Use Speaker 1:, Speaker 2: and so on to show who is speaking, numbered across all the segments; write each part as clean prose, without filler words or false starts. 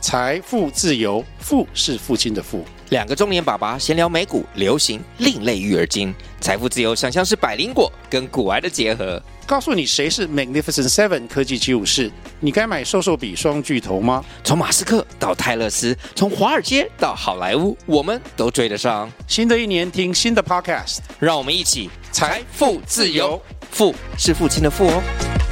Speaker 1: 财富自由，富是父亲的富。
Speaker 2: 两个中年爸爸闲聊美股、流行、另类育儿经，财富自由想象是百灵果跟股癌的结合。
Speaker 1: 告诉你谁是 Magnificent Seven 科技75士，你该买瘦瘦比双巨头吗？
Speaker 2: 从马斯克到泰勒斯，从华尔街到好莱坞，我们都追得上。
Speaker 1: 新的一年听新的 Podcast，
Speaker 2: 让我们一起
Speaker 1: 财富自由，
Speaker 2: 富是父亲的富哦。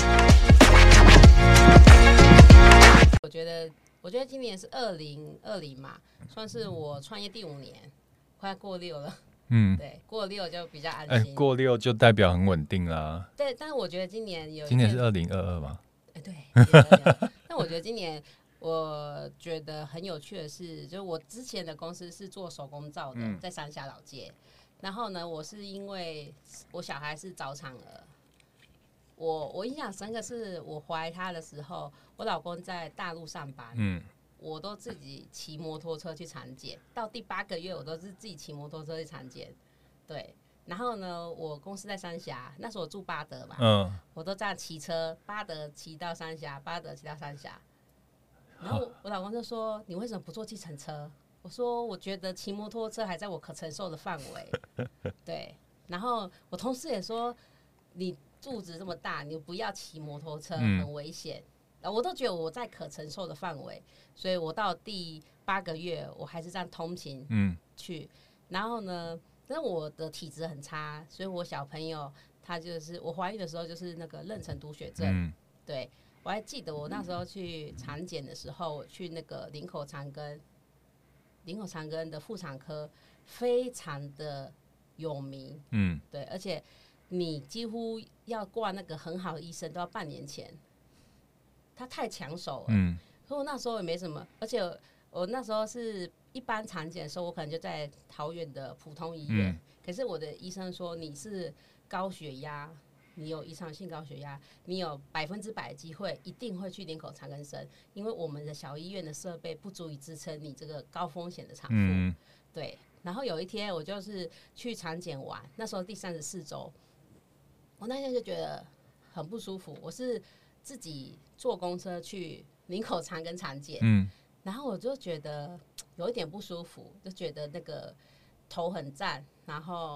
Speaker 3: 我觉得今年是2020嘛，算是我创业第5年，快过6了。对，过6就比较安心。
Speaker 4: 过6就代表很稳定啦。
Speaker 3: 对，但是我觉得今年
Speaker 4: 今年是2022吗？
Speaker 3: 对。但我觉得今年我觉得很有趣的是，就是我之前的公司是做手工皂的，在三峡老街。然后呢，我是因为我小孩是早产儿。我印象深刻是我怀他的时候，我老公在大陆上班，我都自己骑摩托车去产检，到第8个月我都是自己骑摩托车去产检，对。然后呢，我公司在三峡，那时候我住巴德嘛，我都这样骑车，巴德骑到三峡，巴德骑到三峡。然后我老公就说：“你为什么不坐计程车？”我说：“我觉得骑摩托车还在我可承受的范围。”对。然后我同事也说：“你肚子这么大，你不要骑摩托车，很危险。我都觉得我在可承受的范围，所以我到第8个月，我还是这样通勤去。然后呢，但是我的体质很差，所以我小朋友他就是我怀孕的时候就是那个妊娠毒血症。对，我还记得我那时候去产检的时候，我去那个林口长庚的妇产科，非常的有名。对，而且你几乎要挂那个很好的医生都要半年前，他太抢手了。所以我那时候也没什么，而且我那时候是一般产检的时候，我可能就在桃园的普通医院。可是我的医生说你是高血压，你有异常性高血压，你有100%的机会一定会去林口长庚生，因为我们的小医院的设备不足以支撑你这个高风险的产妇。对。然后有一天我就是去产检完，那时候第34周。我那天就觉得很不舒服，我是自己坐公车去林口长庚产检，然后我就觉得有一点不舒服，就觉得那个头很胀，然后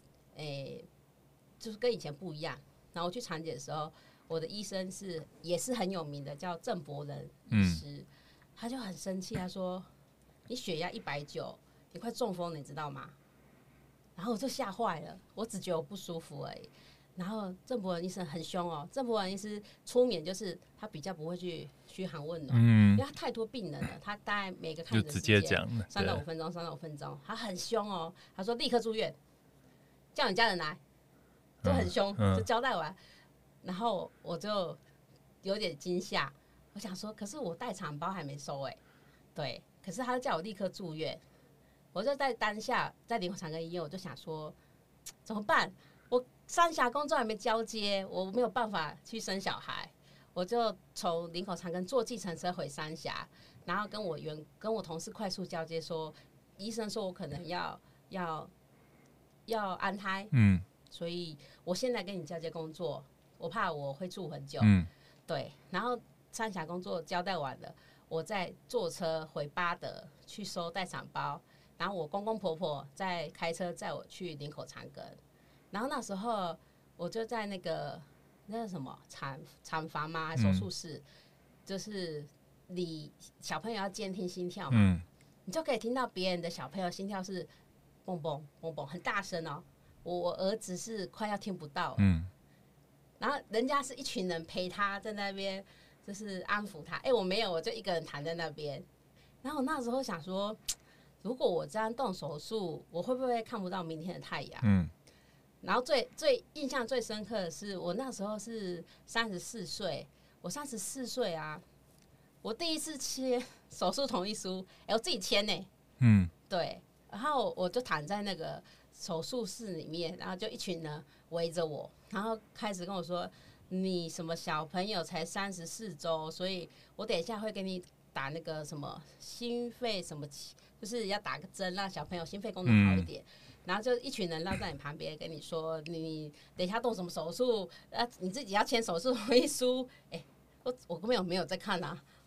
Speaker 3: 就是跟以前不一样。然后我去产检的时候，我的医生也是很有名的，叫郑伯仁医师，他就很生气，他说：“你血压190，你快中风了，你知道吗？”然后我就吓坏了，我只觉得我不舒服而已。然后郑伯仁医生很凶哦，郑伯仁医师出面就是他比较不会去嘘寒问暖，因为他太多病人了，他大概每个看诊时间3到5分钟，3到5分钟，他很凶哦，他说立刻住院，叫你家人来，就很凶，就交代完，然后我就有点惊吓，我想说，可是我待产包还没收对，可是他叫我立刻住院，我就在当下在林口长庚医院，我就想说怎么办？我三峡工作还没交接，我没有办法去生小孩，我就从林口长庚坐计程车回三峡，然后跟我同事快速交接说，医生说我可能要安胎，所以我现在跟你交接工作，我怕我会住很久，对，然后三峡工作交代完了，我再坐车回巴德去收待产包，然后我公公婆婆再开车载我去林口长庚。然后那时候我就在那个什么产房嘛，手术室，就是你小朋友要监听心跳嘛，你就可以听到别人的小朋友心跳是蹦蹦蹦蹦很大声哦。我儿子是快要听不到，然后人家是一群人陪他在那边，就是安抚他。我没有，我就一个人躺在那边。然后我那时候想说，如果我这样动手术，我会不会看不到明天的太阳？然后最印象最深刻的是，我那时候是34岁，我34岁啊，我第一次签手术同意书，我自己签呢，对，然后我就躺在那个手术室里面，然后就一群人围着我，然后开始跟我说，你什么小朋友才34周，所以我等一下会给你打那个什么心肺什么，就是要打个针，让小朋友心肺功能好一点。然后就一群人绕在你旁边跟你说，你等一下动什么手术，你自己要签手术同意书。我根本没有在看啊，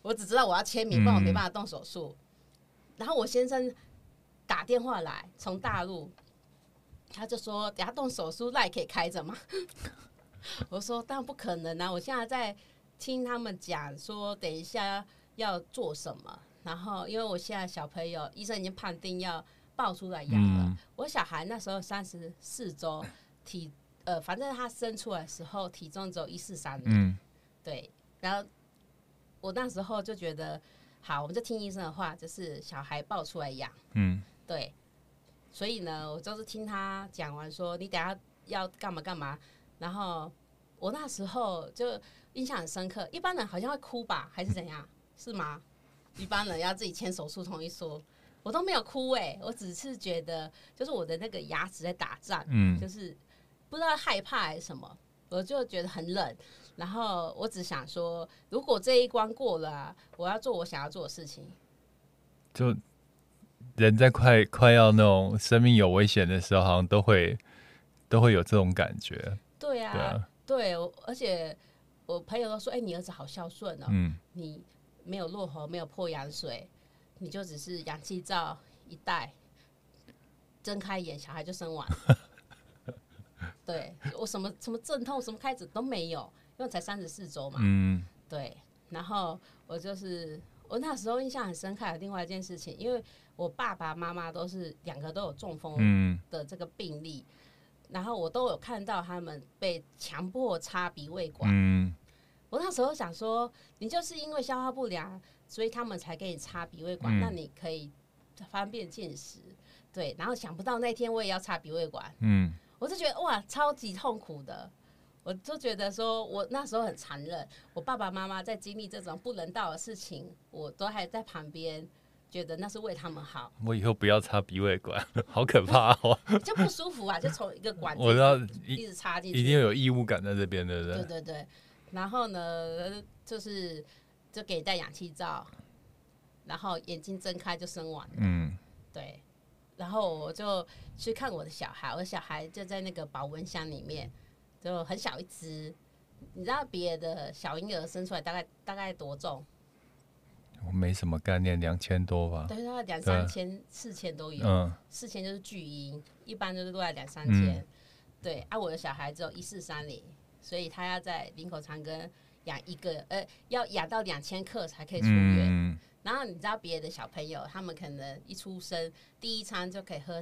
Speaker 3: 我只知道我要签名，不然我没办法动手术。然后我先生打电话来，从大陆，他就说等下动手术赖可以开着吗？我说当然不可能啊，我现在在听他们讲说等一下要做什么。然后因为我现在小朋友医生已经判定要抱出来养了，我小孩那时候34周，反正他生出来的时候体重只有143，对，然后我那时候就觉得好，我们就听医生的话，就是小孩抱出来养，对，所以呢，我就是听他讲完说你等一下要干嘛干嘛，然后我那时候就印象很深刻，一般人好像会哭吧，还是怎样，是吗？一般人要自己签手术同意书。我都没有哭我只是觉得就是我的那个牙齿在打仗，就是不知道害怕还是什么，我就觉得很冷。然后我只想说，如果这一关过了我要做我想要做的事情。
Speaker 4: 就人在快要那种生命有危险的时候，好像都会有这种感觉。
Speaker 3: 对啊，对，而且我朋友都说，你儿子好孝顺哦，你没有落喉，没有破羊水。你就只是氧气罩一戴，睁开眼小孩就生完了。对，我什么阵痛什么开指都没有，因为才34周嘛。对，然后我那时候印象很深刻的另外一件事情，因为我爸爸妈妈2个都有中风的这个病例，然后我都有看到他们被强迫插鼻胃管。我那时候想说，你就是因为消化不良，所以他们才给你插鼻胃管，那你可以方便进食。对，然后想不到那天我也要插鼻胃管，我就觉得哇，超级痛苦的。我就觉得说，我那时候很残忍，我爸爸妈妈在经历这种不人道的事情，我都还在旁边，觉得那是为他们好。
Speaker 4: 我以后不要插鼻胃管，好可怕哦，
Speaker 3: 就不舒服啊，就从一个管子
Speaker 4: 我知道
Speaker 3: 一直插进去，
Speaker 4: 一定有异物感在这边，对不对？
Speaker 3: 对对对。然后呢，就给你戴氧气罩，然后眼睛睁开就生完了。对。然后我就去看我的小孩，我的小孩就在那个保温箱里面，就很小一只。你知道别的小婴儿生出来大概多重？
Speaker 4: 我没什么概念，2000多吧。
Speaker 3: 对，大概2、3千、4千都有。4000就是巨婴，一般就是都在2、3千。对啊，我的小孩只有1430。所以他要在林口长庚养要养到2000克才可以出院。然后你知道别的小朋友，他们可能一出生第一餐就可以喝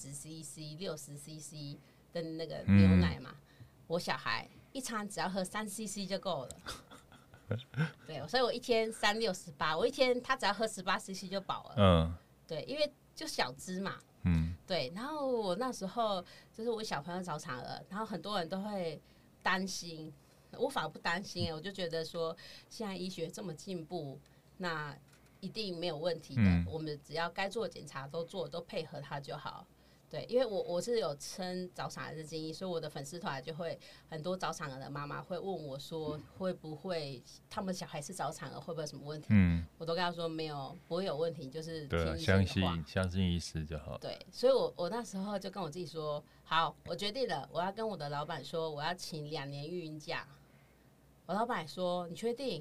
Speaker 3: 30cc、60cc 的那个牛奶嘛。我小孩一餐只要喝3cc 就够了。对，所以我一天3、6、18，我一天他只要喝18cc 就饱了。对，因为就小只嘛。对，然后我那时候就是我小朋友早产儿，然后很多人都会担心，我反而不担心我就觉得说现在医学这么进步，那一定没有问题的。我们只要该做的检查都做，都配合他就好。对，因为我是有称早产儿的经历，所以我的粉丝团就会很多早产儿的妈妈会问我说，会不会他们小孩是早产儿，会不会有什么问题？我都跟他说没有，不会有问题，就是听医生的话，
Speaker 4: 相信医师就好。
Speaker 3: 对，所以我那时候就跟我自己说，好，我决定了，我要跟我的老板说，我要请2年育婴假。我老板说，你确定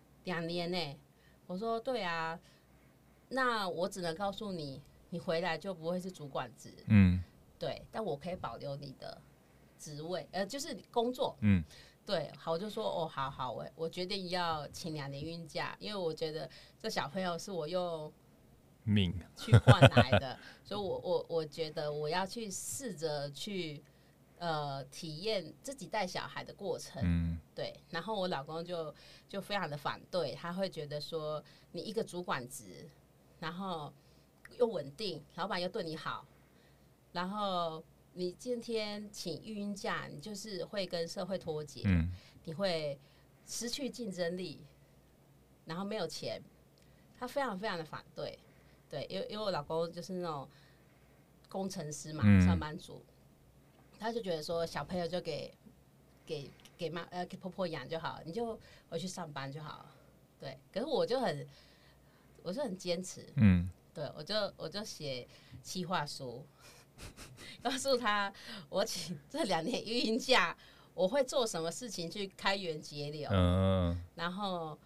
Speaker 3: 2年呢？我说对啊，那我只能告诉你，你回来就不会是主管职。对，但我可以保留你的职位，就是工作。对，好，我就说哦，好，我决定要请2年育婴假，因为我觉得这小朋友是我用
Speaker 4: 命
Speaker 3: 去换来的，所以我觉得我要去试着去体验自己带小孩的过程。对，然后我老公就非常的反对，他会觉得说你一个主管职，然后又稳定，老板又对你好，然后你今天请育婴假，你就是会跟社会脱节，你会失去竞争力，然后没有钱，他非常非常的反对。对，因为我老公就是那种工程师嘛，上班族，他就觉得说小朋友就给婆婆养就好，你就回去上班就好了。对，可是我就很坚持。对，我就写企划书，告诉他我请这2年育婴假，我会做什么事情去开源节流。然后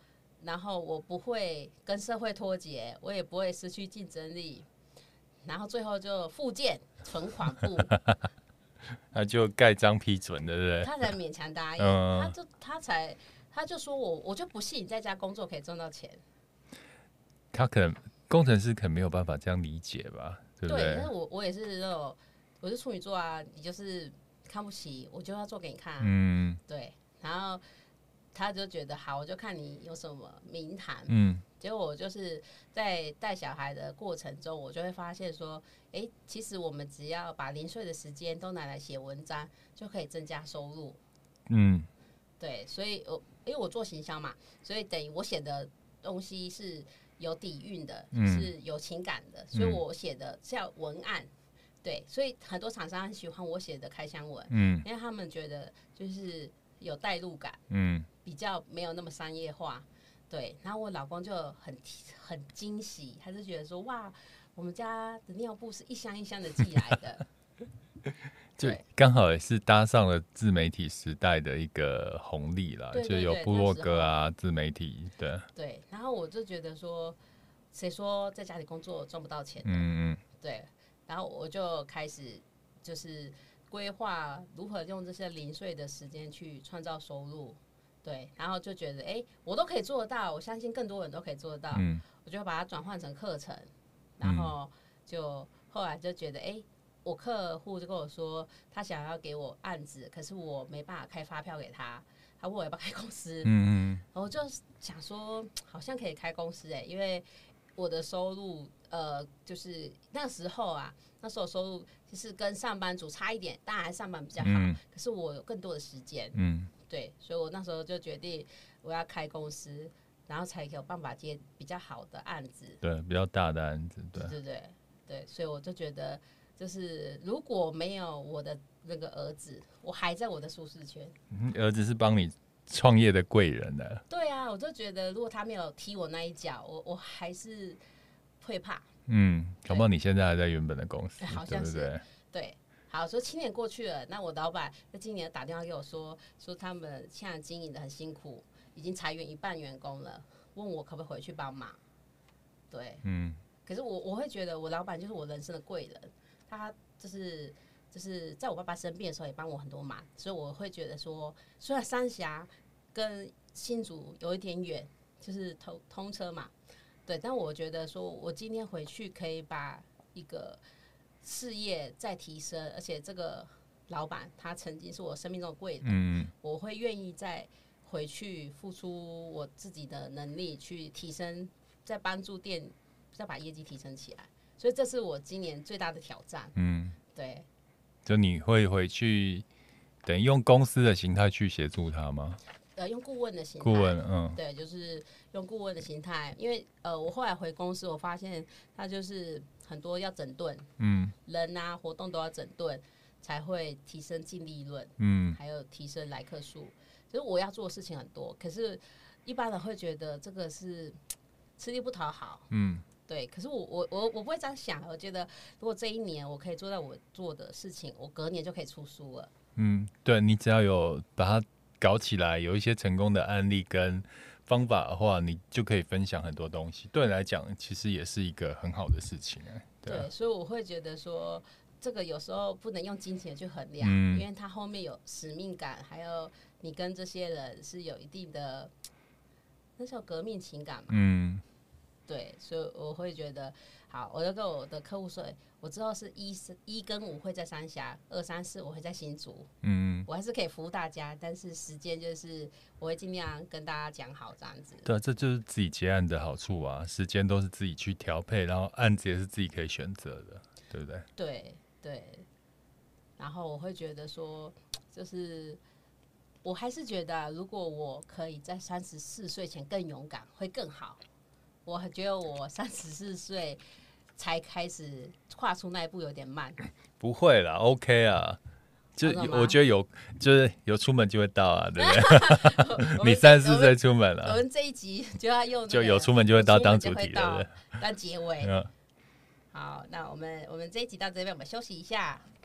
Speaker 3: 然后我不会跟社会脱节，我也不会失去竞争力，然后最后就复健存款部，
Speaker 4: 他就盖章批准，对不对？
Speaker 3: 他才勉强答应，他就说我就不信你在家工作可以赚到钱。
Speaker 4: 他可能工程师可能没有办法这样理解吧，对不对？
Speaker 3: 但是我也是那种，我是处女座啊，你就是看不起，我就要做给你看、对，然后他就觉得好，我就看你有什么名堂。结果我就是在带小孩的过程中，我就会发现说，其实我们只要把零碎的时间都拿来写文章，就可以增加收入。对，所以因为我做行销嘛，所以等于我写的东西是有底蕴的，是有情感的，所以我写的叫文案。对，所以很多厂商很喜欢我写的开箱文，因为他们觉得就是有代入感，比较没有那么商业化。对，然后我老公就很惊喜，他就觉得说哇，我们家的尿布是一箱一箱的寄来的。
Speaker 4: 就刚好也是搭上了自媒体时代的一个红利啦，就有部落格啊，自媒体，对，
Speaker 3: 然后我就觉得说，谁说在家里工作赚不到钱？对，然后我就开始就是规划如何用这些零碎的时间去创造收入。对，然后就觉得我都可以做得到，我相信更多人都可以做得到。我就把它转换成课程，然后就后来就觉得我客户就跟我说，他想要给我案子，可是我没办法开发票给他，他问我要不要开公司。我就想说，好像可以开公司因为我的收入就是那时候收入其实跟上班族差一点，当然还上班比较好，可是我有更多的时间。对，所以我那时候就决定我要开公司，然后才有办法接比较好的案子，
Speaker 4: 对，比较大的案子，
Speaker 3: 对，所以我就觉得，就是如果没有我的那个儿子，我还在我的舒适圈。
Speaker 4: 儿子是帮你创业的贵人的。
Speaker 3: 对啊，我就觉得如果他没有踢我那一脚，我还是会怕。
Speaker 4: 搞不好你现在还在原本的公司，
Speaker 3: 好像是，
Speaker 4: 对不对？
Speaker 3: 对。好，说7年过去了，那我老板在今年打电话给我说他们现在经营的很辛苦，已经裁员1半员工了，问我可不可以回去帮忙。对，可是我会觉得我老板就是我人生的贵人，他就是在我爸爸生病的时候也帮我很多忙，所以我会觉得说，虽然三峡跟新竹有一点远，就是通车嘛，对，但我觉得说我今天回去可以把一个事业再提升，而且这个老板他曾经是我生命中的贵人，我会愿意再回去付出我自己的能力去提升，再帮助店再把业绩提升起来，所以这是我今年最大的挑战。对，
Speaker 4: 就你会回去等于用公司的形态去协助他吗？
Speaker 3: 用顾问的形态，
Speaker 4: 顾问，
Speaker 3: 对，就是用顾问的形态，因为我后来回公司，我发现他就是很多要整顿，人啊活动都要整顿，才会提升净利润，还有提升来客数。就是我要做的事情很多，可是一般人会觉得这个是吃力不讨好，对。可是我不会这样想，我觉得如果这一年我可以做到我做的事情，我隔年就可以出书了。
Speaker 4: 对，你只要有把它搞起来，有一些成功的案例跟方法的话，你就可以分享很多东西。对你来讲，其实也是一个很好的事情。
Speaker 3: 对，所以我会觉得说，这个有时候不能用金钱去衡量，因为它后面有使命感，还有你跟这些人是有一定的，那是有革命情感嘛。对，所以我会觉得，好，我就跟我的客户说，我之后是1跟5会在三峡，2、3、4我会在新竹，我还是可以服务大家，但是时间就是我会尽量跟大家讲好这样子。
Speaker 4: 对，这就是自己接案的好处啊，时间都是自己去调配，然后案子也是自己可以选择的，对不对？
Speaker 3: 对。然后我会觉得说，就是我还是觉得，如果我可以在34岁前更勇敢，会更好。我觉得我34岁才开始跨出那一步有点慢。
Speaker 4: 不会啦 ，OK 啊，就我觉得就是有出门就会到啊，对不对？你34岁出门了，
Speaker 3: 我们这一集就要用
Speaker 4: 就有出门就会到当主题了，
Speaker 3: 当结尾。好，那我们这一集到这边，我们休息一下。